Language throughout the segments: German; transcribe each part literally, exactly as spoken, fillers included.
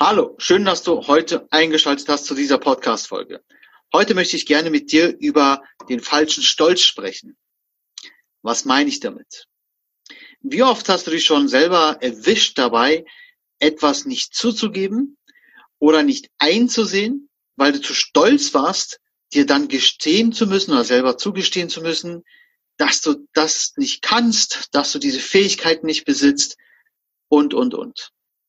Hallo, schön, dass du heute eingeschaltet hast zu dieser Podcast-Folge. Heute möchte ich gerne mit dir über den falschen Stolz sprechen. Was meine ich damit? Wie oft hast du dich schon selber erwischt dabei, etwas nicht zuzugeben oder nicht einzusehen, weil du zu stolz warst, dir dann gestehen zu müssen oder selber zugestehen zu müssen, dass du das nicht kannst, dass du diese Fähigkeiten nicht besitzt und, und, und.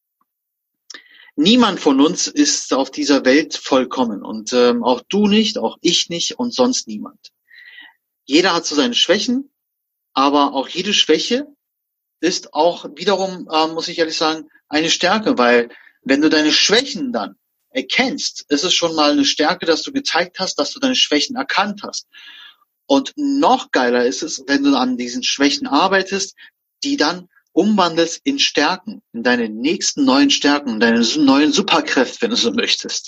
Niemand von uns ist auf dieser Welt vollkommen und ähm, auch du nicht, auch ich nicht und sonst niemand. Jeder hat so seine Schwächen, aber auch jede Schwäche ist auch wiederum, äh, muss ich ehrlich sagen, eine Stärke, weil wenn du deine Schwächen dann erkennst, ist es schon mal eine Stärke, dass du gezeigt hast, dass du deine Schwächen erkannt hast. Und noch geiler ist es, wenn du an diesen Schwächen arbeitest, die dann umwandelst in Stärken, in deine nächsten neuen Stärken, in deine neuen Superkräfte, wenn du so möchtest.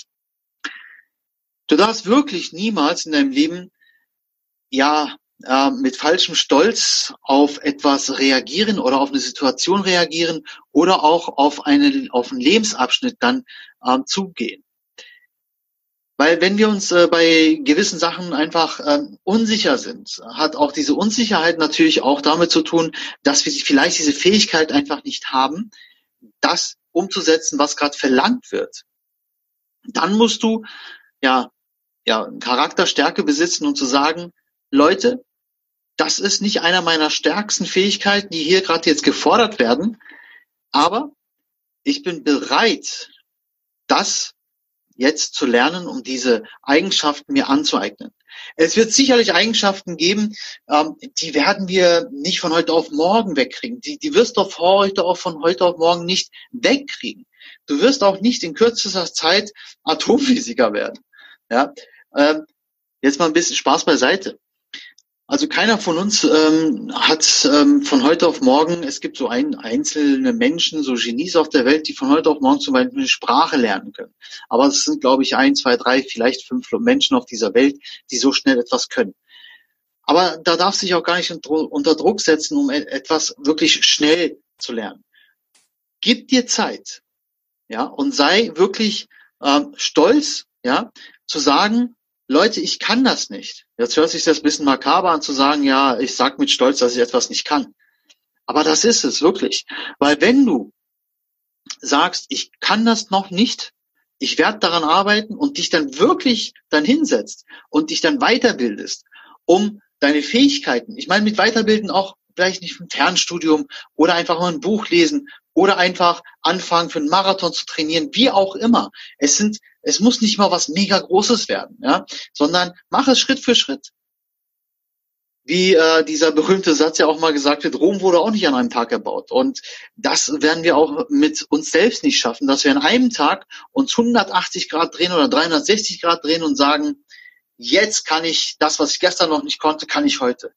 Du darfst wirklich niemals in deinem Leben, ja, äh, mit falschem Stolz auf etwas reagieren oder auf eine Situation reagieren oder auch auf einen, auf einen Lebensabschnitt dann ähm, zugehen. Weil wenn wir uns äh, bei gewissen Sachen einfach ähm, unsicher sind, hat auch diese Unsicherheit natürlich auch damit zu tun, dass wir vielleicht diese Fähigkeit einfach nicht haben, das umzusetzen, was gerade verlangt wird. Dann musst du ja ja Charakterstärke besitzen und zu sagen, Leute, das ist nicht einer meiner stärksten Fähigkeiten, die hier gerade jetzt gefordert werden, aber ich bin bereit, das jetzt zu lernen, um diese Eigenschaften mir anzueignen. Es wird sicherlich Eigenschaften geben, ähm, die werden wir nicht von heute auf morgen wegkriegen. Die, die wirst du auf heute auch von heute auf morgen nicht wegkriegen. Du wirst auch nicht in kürzester Zeit Atomphysiker werden. Ja, ähm, jetzt mal ein bisschen Spaß beiseite. Also keiner von uns ähm, hat ähm, von heute auf morgen, es gibt so ein, einzelne Menschen, so Genies auf der Welt, die von heute auf morgen zum Beispiel eine Sprache lernen können. Aber es sind, glaube ich, ein, zwei, drei, vielleicht fünf Menschen auf dieser Welt, die so schnell etwas können. Aber da darfst du dich auch gar nicht unter Druck setzen, um etwas wirklich schnell zu lernen. Gib dir Zeit, ja, und sei wirklich ähm, stolz, ja, zu sagen, Leute, ich kann das nicht. Jetzt hört sich das ein bisschen makaber an zu sagen, ja, ich sag mit Stolz, dass ich etwas nicht kann. Aber das ist es wirklich. Weil wenn du sagst, ich kann das noch nicht, ich werde daran arbeiten und dich dann wirklich dann hinsetzt und dich dann weiterbildest, um deine Fähigkeiten, ich meine mit Weiterbilden auch vielleicht nicht ein Fernstudium oder einfach mal ein Buch lesen oder einfach anfangen für einen Marathon zu trainieren, wie auch immer. Es sind, es muss nicht mal was mega Großes werden, ja, sondern mach es Schritt für Schritt. Wie äh, dieser berühmte Satz ja auch mal gesagt wird, Rom wurde auch nicht an einem Tag erbaut. Und das werden wir auch mit uns selbst nicht schaffen, dass wir an einem Tag uns hundertachtzig Grad drehen oder dreihundertsechzig Grad drehen und sagen, jetzt kann ich das, was ich gestern noch nicht konnte, kann ich heute.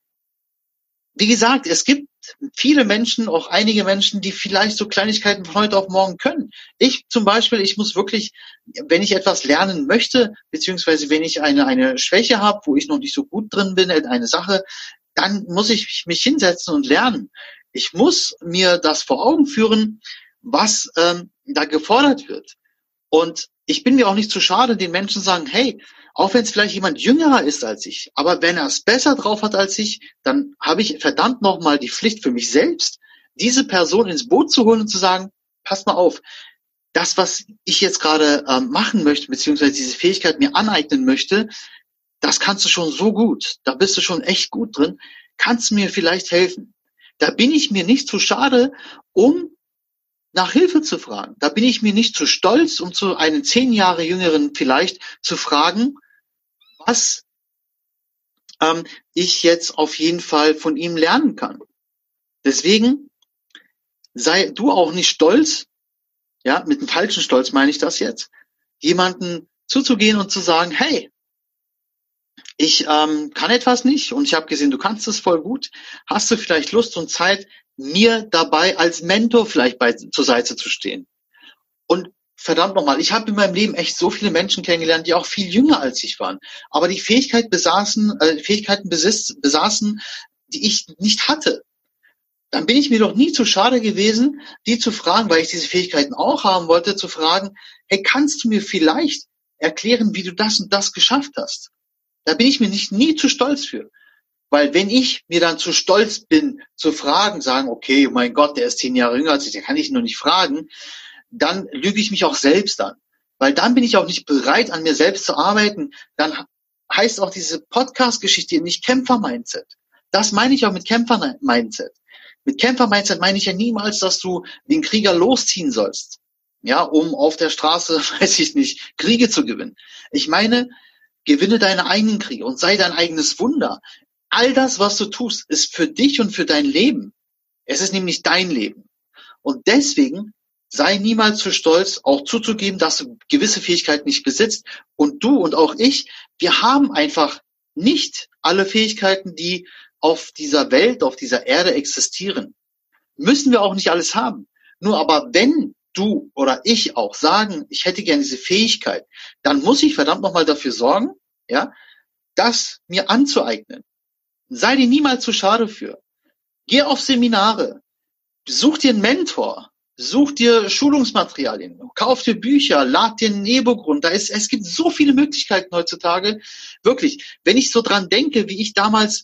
Wie gesagt, es gibt viele Menschen, auch einige Menschen, die vielleicht so Kleinigkeiten von heute auf morgen können. Ich zum Beispiel, ich muss wirklich, wenn ich etwas lernen möchte, beziehungsweise wenn ich eine eine Schwäche habe, wo ich noch nicht so gut drin bin, in eine Sache, dann muss ich mich hinsetzen und lernen. Ich muss mir das vor Augen führen, was ähm, da gefordert wird. Und ich bin mir auch nicht zu schade, den Menschen zu sagen, hey, auch wenn es vielleicht jemand jüngerer ist als ich, aber wenn er es besser drauf hat als ich, dann habe ich verdammt nochmal die Pflicht für mich selbst, diese Person ins Boot zu holen und zu sagen, pass mal auf, das, was ich jetzt gerade ähm, machen möchte, beziehungsweise diese Fähigkeit mir aneignen möchte, das kannst du schon so gut, da bist du schon echt gut drin, kannst du mir vielleicht helfen. Da bin ich mir nicht zu schade, um nach Hilfe zu fragen. Da bin ich mir nicht zu stolz, um zu einem zehn Jahre Jüngeren vielleicht zu fragen, was ähm, ich jetzt auf jeden Fall von ihm lernen kann. Deswegen sei du auch nicht stolz, ja, mit dem falschen Stolz meine ich das jetzt, jemanden zuzugehen und zu sagen, hey, ich ähm, kann etwas nicht und ich habe gesehen, du kannst es voll gut. Hast du vielleicht Lust und Zeit, mir dabei als Mentor vielleicht bei, zur Seite zu stehen? Und verdammt nochmal, ich habe in meinem Leben echt so viele Menschen kennengelernt, die auch viel jünger als ich waren, aber die Fähigkeit besaßen, äh, Fähigkeiten besitz, besaßen, die ich nicht hatte. dann bin ich mir doch nie zu schade gewesen, die zu fragen, weil ich diese Fähigkeiten auch haben wollte, zu fragen, hey, kannst du mir vielleicht erklären, wie du das und das geschafft hast? Da bin ich mir nicht nie zu stolz für. Weil wenn ich mir dann zu stolz bin, zu fragen, sagen, okay, oh mein Gott, der ist zehn Jahre jünger als ich, der kann ich nur nicht fragen, dann lüge ich mich auch selbst an. Weil dann bin ich auch nicht bereit, an mir selbst zu arbeiten. Dann heißt auch diese Podcast-Geschichte nicht Kämpfer-Mindset. Das meine ich auch mit Kämpfer-Mindset. Mit Kämpfer-Mindset meine ich ja niemals, dass du den Krieger losziehen sollst, ja, um auf der Straße, weiß ich nicht, Kriege zu gewinnen. Ich meine, gewinne deine eigenen Kriege und sei dein eigenes Wunder. All das, was du tust, ist für dich und für dein Leben. Es ist nämlich dein Leben. Und deswegen sei niemals zu stolz, auch zuzugeben, dass du gewisse Fähigkeiten nicht besitzt. Und du und auch ich, wir haben einfach nicht alle Fähigkeiten, die auf dieser Welt, auf dieser Erde existieren. Müssen wir auch nicht alles haben. Nur aber wenn du oder ich auch sagen, ich hätte gerne diese Fähigkeit, dann muss ich verdammt nochmal dafür sorgen, ja, das mir anzueignen. Sei dir niemals zu schade für. Geh auf Seminare, such dir einen Mentor, such dir Schulungsmaterialien, kauf dir Bücher, lad dir ein E-Book runter. Es, es gibt so viele Möglichkeiten heutzutage. Wirklich, wenn ich so dran denke, wie ich damals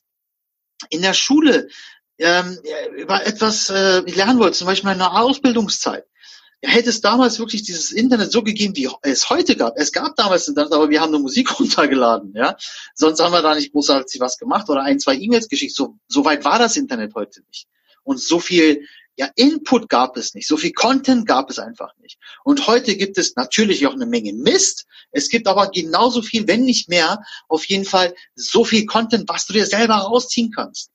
in der Schule ähm, über etwas äh, lernen wollte, zum Beispiel in einer Ausbildungszeit, ja, hätte es damals wirklich dieses Internet so gegeben, wie es heute gab. Es gab damals Internet, aber wir haben nur Musik runtergeladen, ja. Sonst haben wir da nicht großartig was gemacht oder ein, zwei E-Mails geschickt. So, so weit war das Internet heute nicht. Und so viel, ja, Input gab es nicht. So viel Content gab es einfach nicht. Und heute gibt es natürlich auch eine Menge Mist. Es gibt aber genauso viel, wenn nicht mehr, auf jeden Fall so viel Content, was du dir selber rausziehen kannst.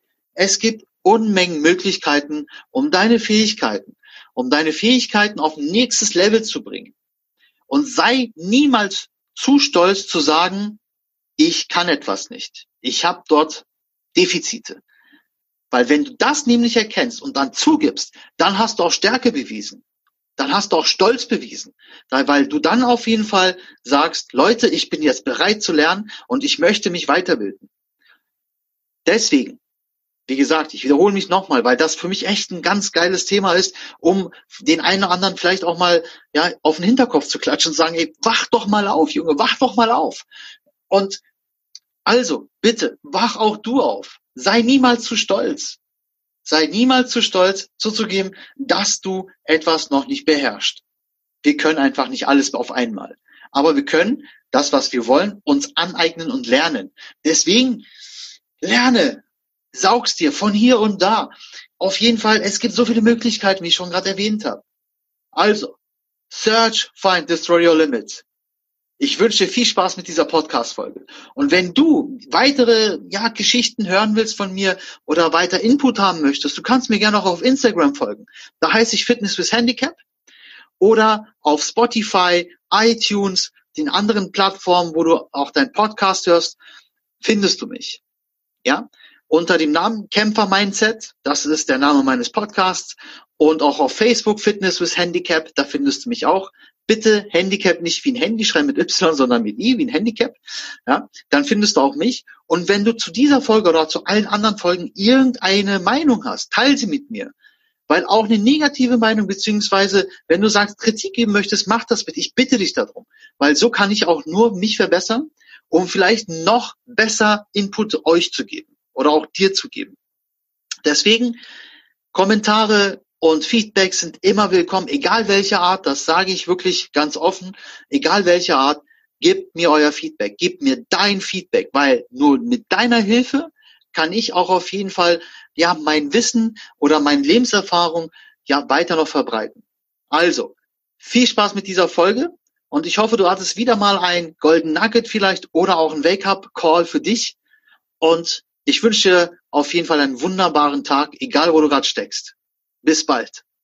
Es gibt Unmengen Möglichkeiten, um deine Fähigkeiten um deine Fähigkeiten auf ein nächstes Level zu bringen. Und sei niemals zu stolz zu sagen, ich kann etwas nicht. Ich habe dort Defizite. Weil wenn du das nämlich erkennst und dann zugibst, dann hast du auch Stärke bewiesen. Dann hast du auch Stolz bewiesen. Weil du dann auf jeden Fall sagst, Leute, ich bin jetzt bereit zu lernen und ich möchte mich weiterbilden. Deswegen, wie gesagt, ich wiederhole mich nochmal, weil das für mich echt ein ganz geiles Thema ist, um den einen oder anderen vielleicht auch mal ja auf den Hinterkopf zu klatschen und sagen, ey, wach doch mal auf, Junge, wach doch mal auf. Und also, bitte, wach auch du auf. Sei niemals zu stolz. Sei niemals zu stolz, zuzugeben, dass du etwas noch nicht beherrschst. Wir können einfach nicht alles auf einmal. Aber wir können das, was wir wollen, uns aneignen und lernen. Deswegen lerne. Saug's dir von hier und da. Auf jeden Fall, es gibt so viele Möglichkeiten, wie ich schon gerade erwähnt habe. Also, search, find, destroy your limits. Ich wünsche dir viel Spaß mit dieser Podcast-Folge. Und wenn du weitere ja, Geschichten hören willst von mir oder weiter Input haben möchtest, du kannst mir gerne auch auf Instagram folgen. Da heiße ich Fitness with Handicap oder auf Spotify, iTunes, den anderen Plattformen, wo du auch deinen Podcast hörst, findest du mich. Ja? Unter dem Namen Kämpfer Mindset, das ist der Name meines Podcasts, und auch auf Facebook Fitness with Handicap, da findest du mich auch. Bitte Handicap nicht wie ein Handy schreiben mit Y, sondern mit I, wie ein Handicap. Ja, dann findest du auch mich. Und wenn du zu dieser Folge oder zu allen anderen Folgen irgendeine Meinung hast, teile sie mit mir. Weil auch eine negative Meinung, beziehungsweise wenn du sagst, Kritik geben möchtest, mach das bitte. Ich bitte dich darum. Weil so kann ich auch nur mich verbessern, um vielleicht noch besser Input euch zu geben. Oder auch dir zu geben. Deswegen, Kommentare und Feedback sind immer willkommen, egal welche Art, das sage ich wirklich ganz offen, egal welche Art, gebt mir euer Feedback, gebt mir dein Feedback, weil nur mit deiner Hilfe kann ich auch auf jeden Fall ja mein Wissen oder meine Lebenserfahrung ja weiter noch verbreiten. Also, viel Spaß mit dieser Folge und ich hoffe, du hattest wieder mal ein Golden Nugget vielleicht oder auch ein Wake-up-Call für dich und ich wünsche dir auf jeden Fall einen wunderbaren Tag, egal wo du gerade steckst. Bis bald.